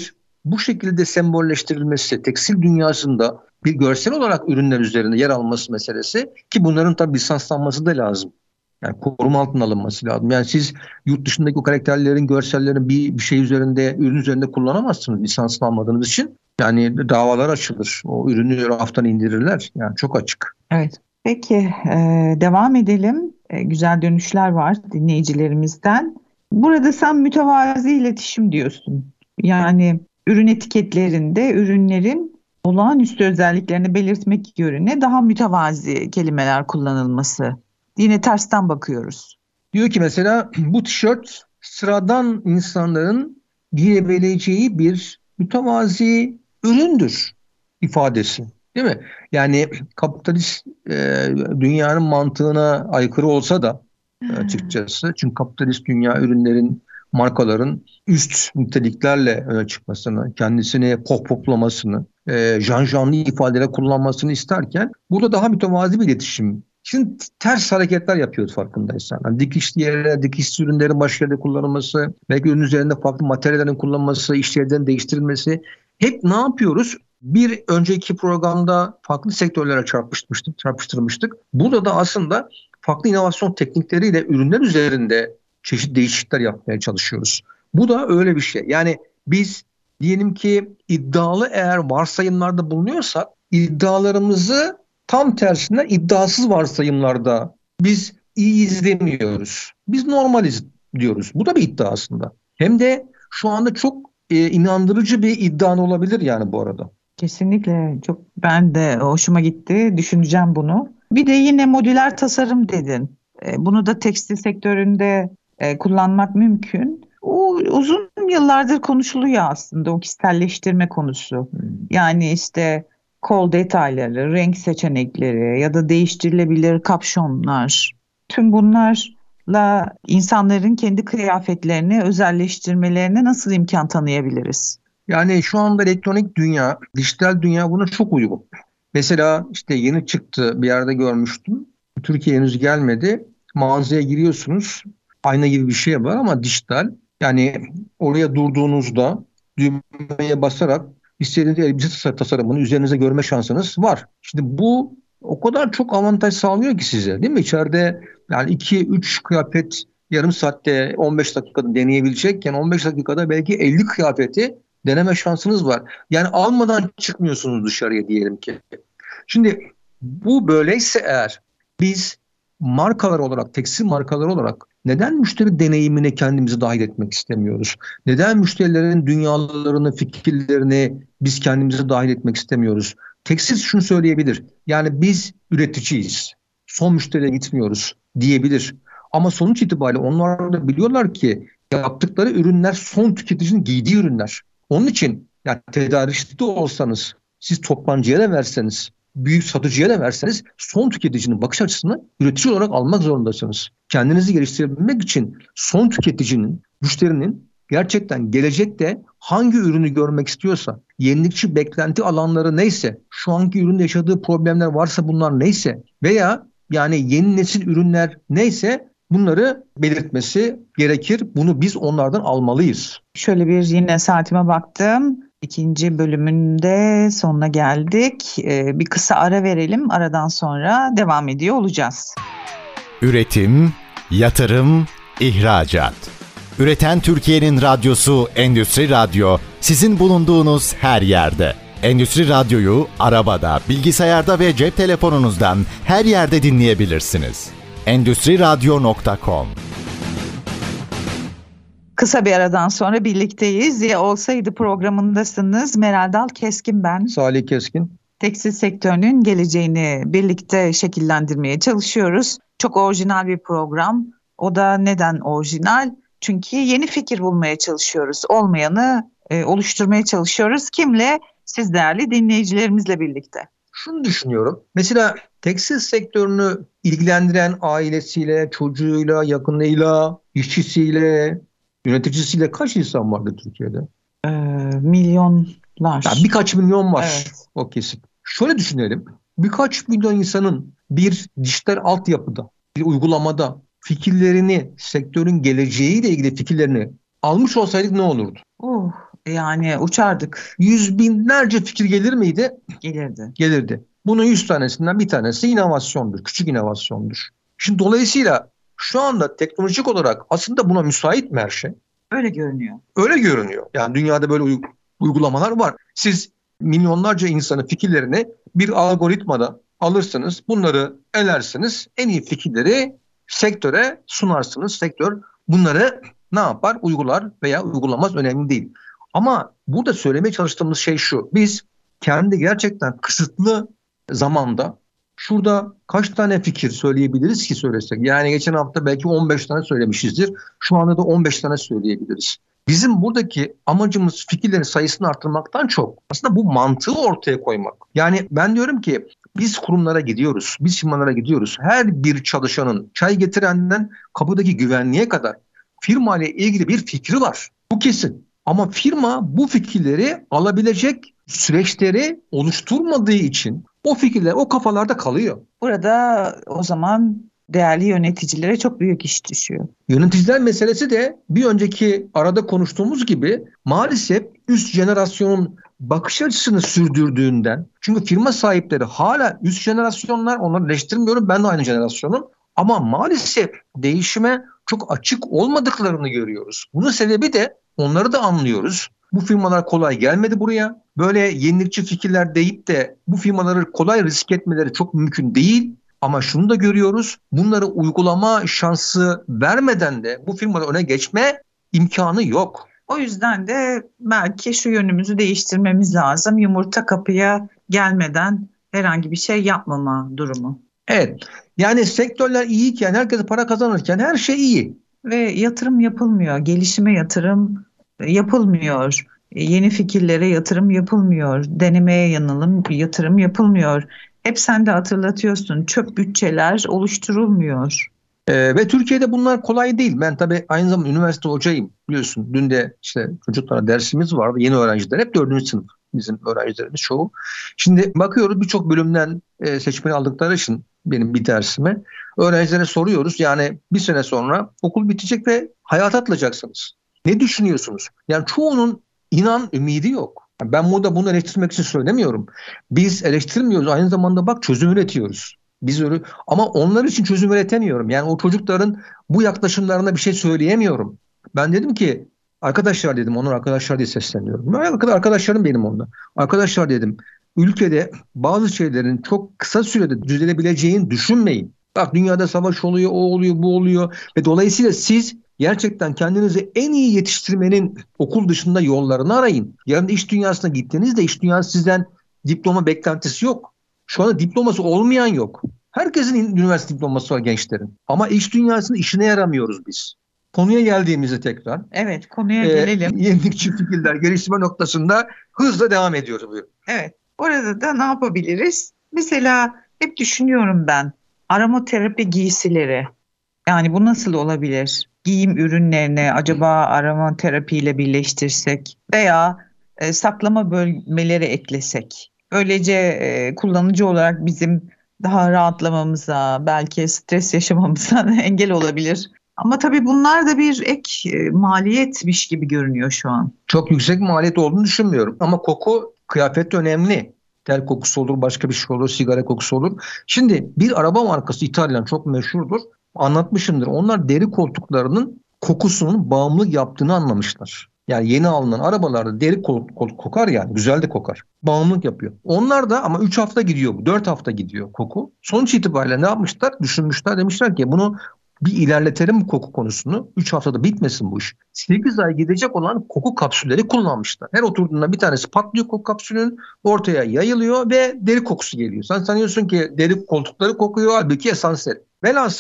bu şekilde sembolleştirilmesi, tekstil dünyasında bir görsel olarak ürünler üzerinde yer alması meselesi ki bunların tabii lisanslanması da lazım. Yani koruma altına alınması lazım. Yani siz yurt dışındaki o karakterlerin, görsellerin bir şey üzerinde, ürün üzerinde kullanamazsınız lisansını almadığınız için. Yani davalar açılır. O ürünü raftan indirirler. Yani çok açık. Evet. Peki devam edelim. Güzel dönüşler var dinleyicilerimizden. Burada sen mütevazi iletişim diyorsun. Yani ürün etiketlerinde ürünlerin olağanüstü özelliklerini belirtmek yerine daha mütevazi kelimeler kullanılması. Yine tersten bakıyoruz. Diyor ki mesela bu tişört sıradan insanların giyebileceği bir mütevazi üründür ifadesi. Değil mi? Yani kapitalist dünyanın mantığına aykırı olsa da açıkçası. Çünkü kapitalist dünya ürünlerin, markaların üst niteliklerle öne çıkmasını, kendisini pohpohlamasını, janjanlı ifadeler kullanmasını isterken burada daha mütevazi bir iletişim. Şimdi ters hareketler yapıyoruz farkındaysan. Yani dikişli yerlere, dikişli ürünlerin başka yerde kullanılması, belki ürün üzerinde farklı materyallerin kullanılması, işlevlerin değiştirilmesi. Hep ne yapıyoruz? Bir önceki programda farklı sektörlere çarpıştırmıştık. Burada da aslında farklı inovasyon teknikleriyle ürünler üzerinde çeşitli değişiklikler yapmaya çalışıyoruz. Bu da öyle bir şey. Yani biz diyelim ki iddialı eğer varsayımlarda bulunuyorsak iddialarımızı tam tersine iddiasız varsayımlarda biz iyi izlemiyoruz. Biz normaliz diyoruz. Bu da bir iddia aslında. Hem de şu anda çok inandırıcı bir iddia olabilir yani bu arada. Kesinlikle çok ben de hoşuma gitti. Düşüneceğim bunu. Bir de yine modüler tasarım dedin. Bunu da tekstil sektöründe kullanmak mümkün. O uzun yıllardır konuşuluyor aslında o kişiselleştirme konusu. Yani işte kol detayları, renk seçenekleri ya da değiştirilebilir kapşonlar. Tüm bunlarla insanların kendi kıyafetlerini özelleştirmelerine nasıl imkan tanıyabiliriz? Yani şu anda elektronik dünya, dijital dünya buna çok uygun. Mesela işte yeni çıktı bir yerde görmüştüm. Türkiye'ye henüz gelmedi. Mağazaya giriyorsunuz. Ayna gibi bir şey var ama dijital. Yani oraya durduğunuzda düğmeye basarak istediğiniz elbise tasarımını üzerinize görme şansınız var. Şimdi bu o kadar çok avantaj sağlıyor ki size, değil mi? İçeride yani 2-3 kıyafet yarım saatte 15 dakikada deneyebilecekken 15 dakikada belki 50 kıyafeti deneme şansınız var. Yani almadan çıkmıyorsunuz dışarıya diyelim ki. Şimdi bu böyleyse eğer biz markalar olarak, tekstil markaları olarak neden müşteri deneyimine kendimizi dahil etmek istemiyoruz? Neden müşterilerin dünyalarını, fikirlerini biz kendimize dahil etmek istemiyoruz? Tekstil şunu söyleyebilir. Yani biz üreticiyiz. Son müşteriye gitmiyoruz diyebilir. Ama sonuç itibariyle onlar da biliyorlar ki yaptıkları ürünler son tüketicinin giydiği ürünler. Onun için yani tedarikçide olsanız, siz toptancıya da verseniz, büyük satıcıya da verseniz son tüketicinin bakış açısını üretici olarak almak zorundasınız. Kendinizi geliştirebilmek için son tüketicinin, müşterinin gerçekten gelecekte hangi ürünü görmek istiyorsa, yenilikçi beklenti alanları neyse, şu anki üründe yaşadığı problemler varsa bunlar neyse veya yani yeni nesil ürünler neyse bunları belirtmesi gerekir. Bunu biz onlardan almalıyız. Şöyle bir yine saatime baktım. İkinci bölümünde sonuna geldik. Bir kısa ara verelim. Aradan sonra devam ediyor olacağız. Üretim, yatırım, ihracat. Üreten Türkiye'nin radyosu Endüstri Radyo sizin bulunduğunuz her yerde. Endüstri Radyo'yu arabada, bilgisayarda ve cep telefonunuzdan her yerde dinleyebilirsiniz. Endüstriradyo.com. Kısa bir aradan sonra birlikteyiz. Ya olsaydı programındasınız. Meral Dal Keskin ben. Salih Keskin. Tekstil sektörünün geleceğini birlikte şekillendirmeye çalışıyoruz. Çok orijinal bir program. O da neden orijinal? Çünkü yeni fikir bulmaya çalışıyoruz. Olmayanı oluşturmaya çalışıyoruz. Kimle? Siz değerli dinleyicilerimizle birlikte. Şunu düşünüyorum. Mesela tekstil sektörünü ilgilendiren ailesiyle, çocuğuyla, yakınıyla, işçisiyle, yöneticisiyle kaç insan vardı Türkiye'de? Milyonlar. Yani birkaç milyon var. Evet. O kesin. Şöyle düşünelim. Birkaç milyon insanın bir dijital altyapıda, bir uygulamada fikirlerini, sektörün geleceğiyle ilgili fikirlerini almış olsaydık ne olurdu? Yani uçardık. Yüz binlerce fikir gelir miydi? Gelirdi. Gelirdi. Bunun 100 tanesinden bir tanesi inovasyondur, küçük inovasyondur. Şimdi dolayısıyla şu anda teknolojik olarak aslında buna müsait mi her şey? Öyle görünüyor. Öyle görünüyor. Yani dünyada böyle uygulamalar var. Siz milyonlarca insanın fikirlerini bir algoritmada alırsınız, bunları elersiniz, en iyi fikirleri sektöre sunarsınız. Sektör bunları ne yapar? Uygular veya uygulamaz, önemli değil. Ama burada söylemeye çalıştığımız şey şu. Biz kendi gerçekten kısıtlı zamanda şurada kaç tane fikir söyleyebiliriz ki söylesek? Yani geçen hafta belki 15 tane söylemişizdir. Şu anda da 15 tane söyleyebiliriz. Bizim buradaki amacımız fikirlerin sayısını artırmaktan çok aslında bu mantığı ortaya koymak. Yani ben diyorum ki biz kurumlara gidiyoruz, biz firmalara gidiyoruz. Her bir çalışanın çay getirenden kapıdaki güvenliğe kadar firma ile ilgili bir fikri var. Bu kesin. Ama firma bu fikirleri alabilecek süreçleri oluşturmadığı için o fikirler o kafalarda kalıyor. Burada o zaman değerli yöneticilere çok büyük iş düşüyor. Yöneticiler meselesi de bir önceki arada konuştuğumuz gibi maalesef üst jenerasyonun bakış açısını sürdürdüğünden, çünkü firma sahipleri hala üst jenerasyonlar, onları eleştirmiyorum, ben de aynı jenerasyonum, ama maalesef değişime çok açık olmadıklarını görüyoruz. Bunun sebebi de onları da anlıyoruz. Bu firmalar kolay gelmedi buraya. Böyle yenilikçi fikirler deyip de bu firmaları kolay risk etmeleri çok mümkün değil. Ama şunu da görüyoruz, bunları uygulama şansı vermeden de bu firmalar öne geçme imkanı yok. O yüzden de belki şu yönümüzü değiştirmemiz lazım. Yumurta kapıya gelmeden herhangi bir şey yapmama durumu. Evet, yani sektörler iyiyken, herkes para kazanırken her şey iyi. Ve yatırım yapılmıyor, gelişime yatırım yapılmıyor, yeni fikirlere yatırım yapılmıyor, denemeye yanılım yatırım yapılmıyor. Hep sen de hatırlatıyorsun, çöp bütçeler oluşturulmuyor. Ve Türkiye'de bunlar kolay değil. Ben tabii aynı zamanda üniversite hocayım, biliyorsun. Dün de işte çocuklara dersimiz vardı. Yeni öğrenciler, hep 4. sınıf bizim öğrencilerimiz çoğu. Şimdi bakıyoruz, birçok bölümden seçmeni aldıkları için benim bir dersime öğrencilere soruyoruz. Yani bir sene sonra okul bitecek ve hayata atılacaksınız. Ne düşünüyorsunuz? Yani çoğunun inan ümidi yok. Ben burada bunu eleştirmek için söylemiyorum. Biz eleştirmiyoruz, aynı zamanda bak çözüm üretiyoruz. Biz öyle, ama onlar için çözüm üretemiyorum. Yani o çocukların bu yaklaşımlarına bir şey söyleyemiyorum. Ben dedim ki arkadaşlar, dedim, onlar arkadaşlar diye sesleniyorum. Arkadaşlarım benim onlar. Arkadaşlar dedim, ülkede bazı şeylerin çok kısa sürede düzelebileceğini düşünmeyin. Bak dünyada savaş oluyor, o oluyor, bu oluyor ve dolayısıyla siz gerçekten kendinizi en iyi yetiştirmenin okul dışında yollarını arayın. Yarın iş dünyasına gittiğinizde iş dünyası sizden diploma beklentisi yok. Şu anda diploması olmayan yok. Herkesin üniversite diploması var gençlerin. Ama iş dünyasının işine yaramıyoruz biz. Konuya geldiğimizde tekrar. Evet, konuya gelelim. Yenilikçi fikirler geliştirme noktasında hızla devam ediyoruz. Buyurun. Evet, orada da ne yapabiliriz? Mesela hep düşünüyorum ben, aromaterapi giysileri. Yani bu nasıl olabilir? Giyim ürünlerini acaba aromaterapiyle birleştirsek veya saklama bölmeleri eklesek. Böylece kullanıcı olarak bizim daha rahatlamamıza, belki stres yaşamamıza engel olabilir. Ama tabii bunlar da bir ek maliyetmiş gibi görünüyor şu an. Çok yüksek maliyet olduğunu düşünmüyorum. Ama koku, kıyafet önemli. Ter kokusu olur, başka bir şey olur, sigara kokusu olur. Şimdi bir araba markası, İtalyan, çok meşhurdur. Anlatmışımdır. Onlar deri koltuklarının kokusunun bağımlılık yaptığını anlamışlar. Yani yeni alınan arabalarda deri koltuk kokar, yani güzel de kokar. Bağımlılık yapıyor. Onlar da ama 3 hafta gidiyor, 4 hafta gidiyor koku. Sonuç itibariyle ne yapmışlar? Düşünmüşler, demişler ki bunu bir ilerletelim koku konusunu. 3 haftada bitmesin bu iş. 8 ay gidecek olan koku kapsülleri kullanmışlar. Her oturduğunda bir tanesi patlıyor, koku kapsülünün ortaya yayılıyor ve deri kokusu geliyor. Sen sanıyorsun ki deri koltukları kokuyor, halbuki esansel. Velhasıl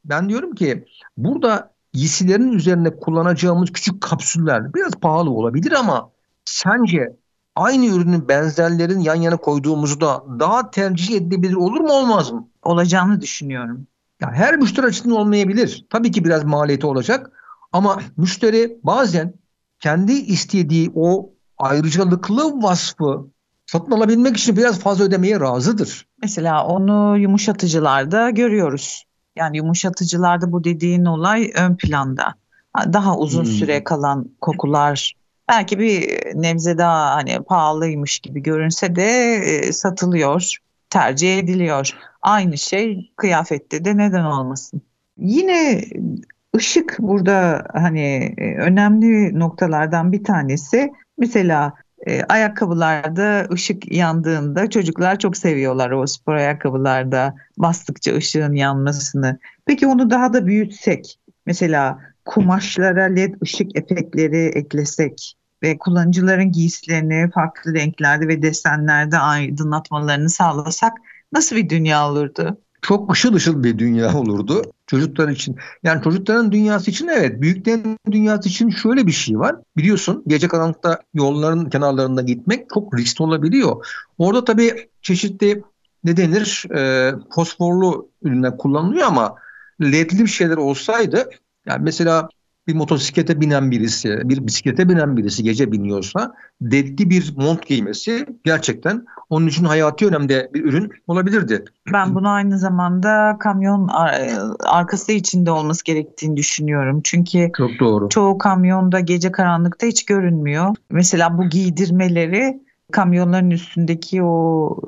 ben diyorum ki burada giysilerin üzerine kullanacağımız küçük kapsüller biraz pahalı olabilir ama sence aynı ürünün benzerlerini yan yana koyduğumuzda daha tercih edilebilir olur mu olmaz mı? Olacağını düşünüyorum. Ya her müşteri açısından olmayabilir. Tabii ki biraz maliyeti olacak ama müşteri bazen kendi istediği o ayrıcalıklı vasfı satın alabilmek için biraz fazla ödemeye razıdır. Mesela onu yumuşatıcılarda görüyoruz. Yani yumuşatıcılarda bu dediğin olay ön planda. Daha uzun süre kalan kokular belki bir nebze daha hani pahalıymış gibi görünse de satılıyor, tercih ediliyor. Aynı şey kıyafette de neden olmasın. Yine ışık burada hani önemli noktalardan bir tanesi. Mesela ayakkabılarda ışık yandığında çocuklar çok seviyorlar o spor ayakkabılarda bastıkça ışığın yanmasını. Peki onu daha da büyütsek, mesela kumaşlara led ışık efektleri eklesek ve kullanıcıların giysilerini farklı renklerde ve desenlerde aydınlatmalarını sağlasak nasıl bir dünya olurdu? Çok ışıl ışıl bir dünya olurdu çocuklar için. Yani çocukların dünyası için evet, büyüklerin dünyası için şöyle bir şey var. Biliyorsun gece karanlıkta yolların kenarlarında gitmek çok riskli olabiliyor. Orada tabii çeşitli ne denir fosforlu ürünler kullanılıyor ama ledli bir şeyler olsaydı, yani mesela bir motosiklete binen birisi, bir bisiklete binen birisi gece biniyorsa ledli bir mont giymesi gerçekten onun için hayati önemde bir ürün olabilirdi. Ben bunu aynı zamanda kamyon arkası içinde olması gerektiğini düşünüyorum. Çünkü Çok doğru. çoğu kamyonda gece karanlıkta hiç görünmüyor. Mesela bu giydirmeleri kamyonların üstündeki o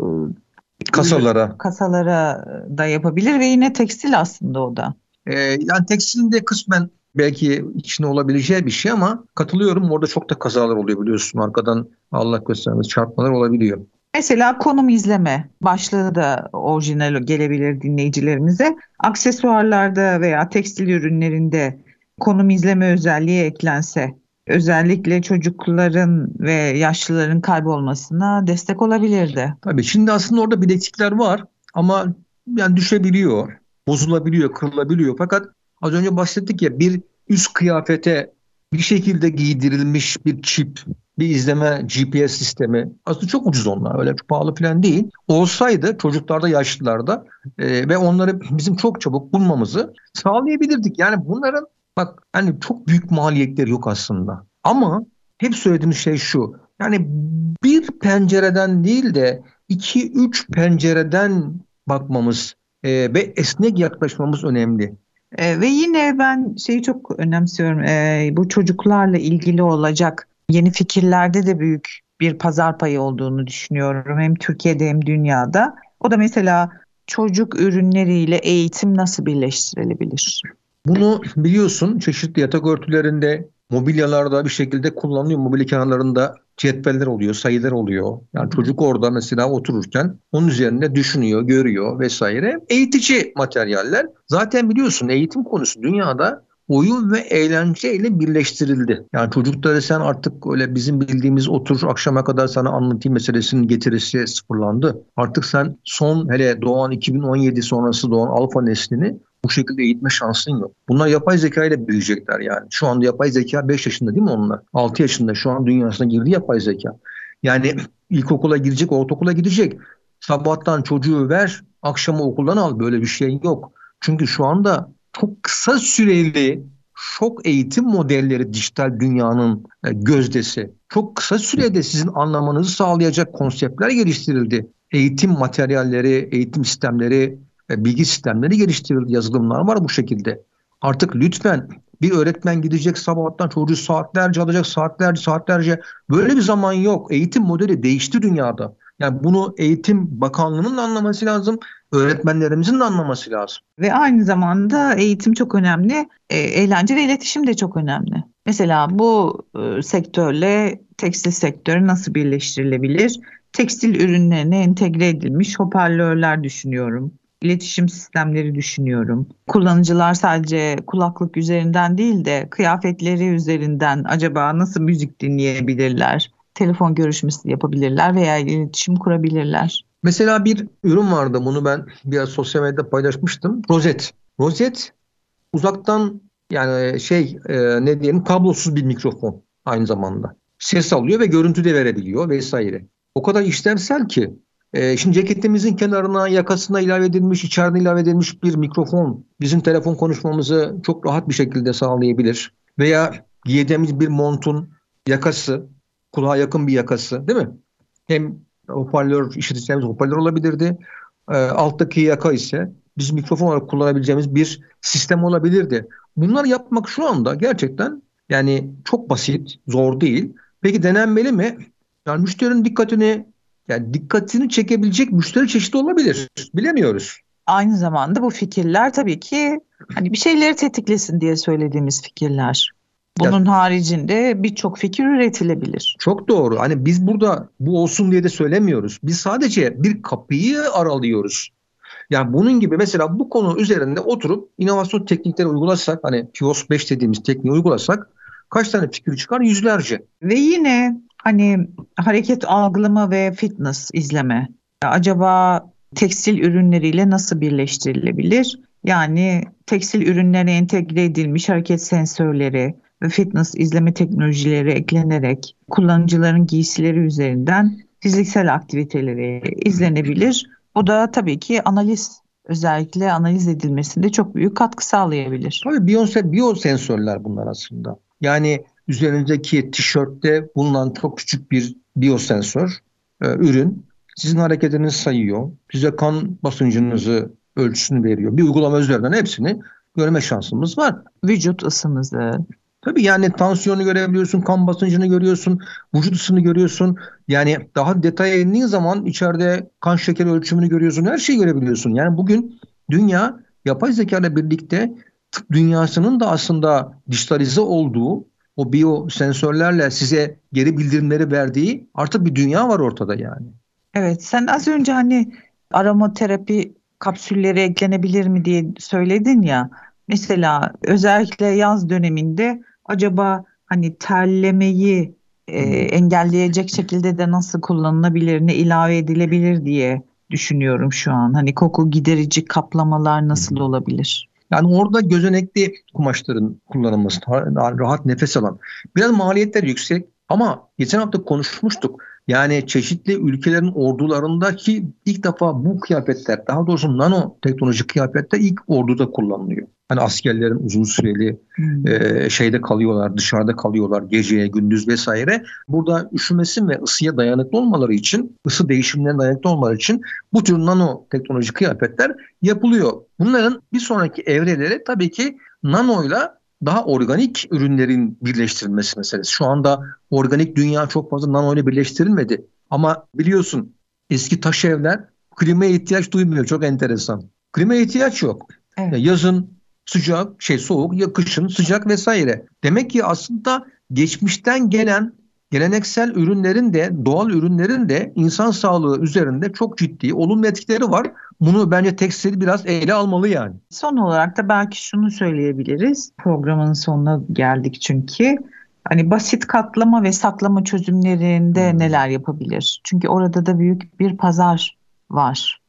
kasalara da yapabilir ve yine tekstil aslında o da. Yani tekstilinde kısmen belki içine olabileceği bir şey ama katılıyorum, orada çok da kazalar oluyor biliyorsun. Arkadan Allah göstermesin çarpmalar olabiliyor. Mesela konum izleme başlığı da orijinal gelebilir dinleyicilerimize. Aksesuarlarda veya tekstil ürünlerinde konum izleme özelliği eklense özellikle çocukların ve yaşlıların kaybolmasına destek olabilirdi. Tabii şimdi aslında orada bileklikler var ama yani düşebiliyor, bozulabiliyor, kırılabiliyor. Fakat az önce bahsettik ya, bir üst kıyafete bir şekilde giydirilmiş bir çip, bir izleme GPS sistemi aslında çok ucuz onlar. Öyle çok pahalı falan değil. Olsaydı çocuklarda, yaşlılarda ve onları bizim çok çabuk bulmamızı sağlayabilirdik. Yani bunların bak hani çok büyük maliyetleri yok aslında. Ama hep söylediğim şey şu. Yani bir pencereden değil de 2-3 pencereden bakmamız ve esnek yaklaşmamız önemli. Ve yine ben şeyi çok önemsiyorum. Bu çocuklarla ilgili olacak yeni fikirlerde de büyük bir pazar payı olduğunu düşünüyorum. Hem Türkiye'de hem dünyada. O da mesela çocuk ürünleriyle eğitim nasıl birleştirilebilir? Bunu biliyorsun çeşitli yatak örtülerinde, mobilyalarda bir şekilde kullanılıyor. Mobilya kenarlarında cetveller oluyor, sayılar oluyor. Yani çocuk orada mesela otururken onun üzerinde düşünüyor, görüyor vesaire. Eğitici materyaller. Zaten biliyorsun eğitim konusu dünyada oyun ve eğlenceyle birleştirildi. Yani çocukları sen artık öyle bizim bildiğimiz otur akşama kadar sana anlatayım meselesinin getirisi sıfırlandı. Artık sen son hele doğan 2017 sonrası doğan alfa neslini bu şekilde eğitme şansın yok. Bunlar yapay zeka ile büyüyecekler yani. Şu anda yapay zeka 5 yaşında değil mi onlar? 6 yaşında şu an dünyasına girdi yapay zeka. Yani ilkokula girecek, ortaokula gidecek. Sabahtan çocuğu ver, akşamı okuldan al. Böyle bir şey yok. Çünkü şu anda çok kısa süreli şok eğitim modelleri dijital dünyanın gözdesi. Çok kısa sürede sizin anlamanızı sağlayacak konseptler geliştirildi. Eğitim materyalleri, eğitim sistemleri, bilgi sistemleri geliştirildi, yazılımlar var bu şekilde. Artık lütfen bir öğretmen gidecek sabahtan çocuğu saatlerce alacak, saatlerce. Böyle bir zaman yok. Eğitim modeli değişti dünyada. Yani bunu Eğitim Bakanlığı'nın da anlaması lazım, öğretmenlerimizin de anlaması lazım. Ve aynı zamanda eğitim çok önemli, eğlence ve iletişim de çok önemli. Mesela bu sektörle tekstil sektörü nasıl birleştirilebilir? Tekstil ürünlerine entegre edilmiş hoparlörler düşünüyorum. İletişim sistemleri düşünüyorum. Kullanıcılar sadece kulaklık üzerinden değil de kıyafetleri üzerinden acaba nasıl müzik dinleyebilirler? Telefon görüşmesi yapabilirler veya iletişim kurabilirler. Mesela bir ürün vardı, bunu ben biraz sosyal medyada paylaşmıştım. Rozet. Rozet uzaktan yani ne diyelim, kablosuz bir mikrofon aynı zamanda. Ses alıyor ve görüntü de verebiliyor vesaire. O kadar işlevsel ki. Şimdi ceketimizin kenarına, yakasına ilave edilmiş, içeride ilave edilmiş bir mikrofon bizim telefon konuşmamızı çok rahat bir şekilde sağlayabilir. Veya giydiğimiz bir montun yakası, kulağa yakın bir yakası, değil mi? Hem hoparlör, işiteceğimiz hoparlör olabilirdi. Alttaki yaka ise biz mikrofon olarak kullanabileceğimiz bir sistem olabilirdi. Bunları yapmak şu anda gerçekten yani çok basit, zor değil. Peki denenmeli mi? Yani müşterinin dikkatini çekebilecek müşteri çeşidi olabilir. Bilemiyoruz. Aynı zamanda bu fikirler tabii ki hani bir şeyleri tetiklesin diye söylediğimiz fikirler. Ya, Bunun haricinde birçok fikir üretilebilir. çok doğru. Hani biz burada bu olsun diye de söylemiyoruz. Biz sadece bir kapıyı aralıyoruz. Yani bunun gibi mesela bu konu üzerinde oturup inovasyon teknikleri uygulasak, hani PIOS 5 dediğimiz tekniği uygulasak kaç tane fikir çıkar? Yüzlerce. Ve yine hani hareket algılama ve fitness izleme. Acaba tekstil ürünleriyle nasıl birleştirilebilir? Yani tekstil ürünlerine entegre edilmiş hareket sensörleri ve fitness izleme teknolojileri eklenerek kullanıcıların giysileri üzerinden fiziksel aktiviteleri izlenebilir. Bu da tabii ki özellikle analiz edilmesinde çok büyük katkı sağlayabilir. Tabii biyosensörler bunlar aslında. Yani üzerindeki tişörtte bulunan çok küçük bir biyosensör ürün sizin hareketinizi sayıyor. Size kan basıncınızı ölçüsünü veriyor. Bir uygulama üzerinden hepsini görme şansımız var. Vücut ısınızı. Tabii yani tansiyonu görebiliyorsun, kan basıncını görüyorsun, vücut ısını görüyorsun. Yani daha detaya indiğin zaman içeride kan şekeri ölçümünü görüyorsun, her şeyi görebiliyorsun. Yani bugün dünya yapay zeka ile birlikte tıp dünyasının da aslında dijitalize olduğu, o biyosensörlerle size geri bildirimleri verdiği artık bir dünya var ortada yani. Evet, sen az önce hani aromaterapi kapsülleri eklenebilir mi diye söyledin ya. Mesela özellikle yaz döneminde acaba hani terlemeyi engelleyecek şekilde de nasıl kullanılabilir, ne ilave edilebilir diye düşünüyorum şu an. Hani koku giderici kaplamalar nasıl olabilir? Yani orada gözenekli kumaşların kullanılması, daha rahat nefes alan. Biraz maliyetler yüksek ama geçen hafta konuşmuştuk. Yani çeşitli ülkelerin ordularındaki ilk defa bu kıyafetler, daha doğrusu nano teknoloji kıyafetler ilk orduda kullanılıyor. Hani askerlerin uzun süreli şeyde kalıyorlar, dışarıda kalıyorlar, geceye, gündüz vesaire. Burada üşümesin ve ısıya dayanıklı olmaları için, ısı değişimlerine dayanıklı olmaları için bu tür nano teknoloji kıyafetler yapılıyor. Bunların bir sonraki evreleri tabii ki nanoyla daha organik ürünlerin birleştirilmesi meselesi. Şu anda organik dünya çok fazla nano ile birleştirilmedi. Ama biliyorsun eski taş evler klimaya ihtiyaç duymuyor. Çok enteresan. Klimaya ihtiyaç yok. Evet. Yazın sıcak, soğuk, ya kışın sıcak vesaire. Demek ki aslında geçmişten gelen geleneksel ürünlerin de doğal ürünlerin de insan sağlığı üzerinde çok ciddi olumlu etkileri var. Bunu bence tekstil biraz ele almalı yani. Son olarak da belki şunu söyleyebiliriz. Programın sonuna geldik çünkü. Hani basit katlama ve saklama çözümlerinde neler yapabilir? Çünkü orada da büyük bir pazar var.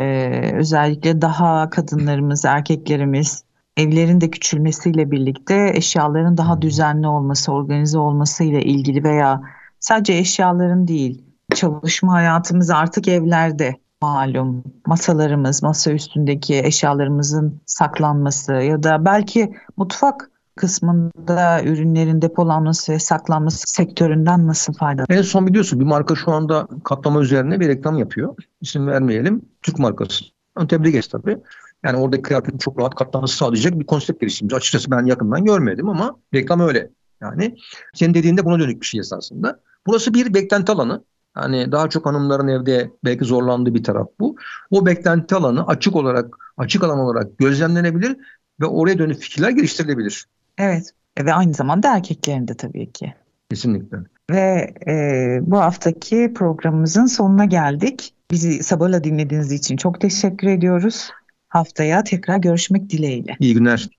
Özellikle daha kadınlarımız, erkeklerimiz evlerin de küçülmesiyle birlikte eşyaların daha düzenli olması, organize olması ile ilgili veya sadece eşyaların değil, çalışma hayatımız artık evlerde. Malum masalarımız, masa üstündeki eşyalarımızın saklanması ya da belki mutfak kısmında ürünlerin depolanması ve saklanması sektöründen nasıl faydalanır? En son biliyorsun bir marka şu anda katlama üzerine bir reklam yapıyor. İsim vermeyelim. Türk markası. Tebrik et tabii. Yani orada kıyafetin çok rahat katlanması sağlayacak bir konsept geliştirmiş. Açıkçası ben yakından görmedim ama reklam öyle. Yani senin dediğinde buna dönük bir şey esasında. Burası bir beklenti alanı. Hani daha çok hanımların evde belki zorlandığı bir taraf bu. O beklenti alanı açık alan olarak gözlemlenebilir ve oraya dönük fikirler geliştirilebilir. Evet ve aynı zamanda erkeklerin de tabii ki. Kesinlikle. Ve bu haftaki programımızın sonuna geldik. Bizi sabırla dinlediğiniz için çok teşekkür ediyoruz. Haftaya tekrar görüşmek dileğiyle. İyi günler.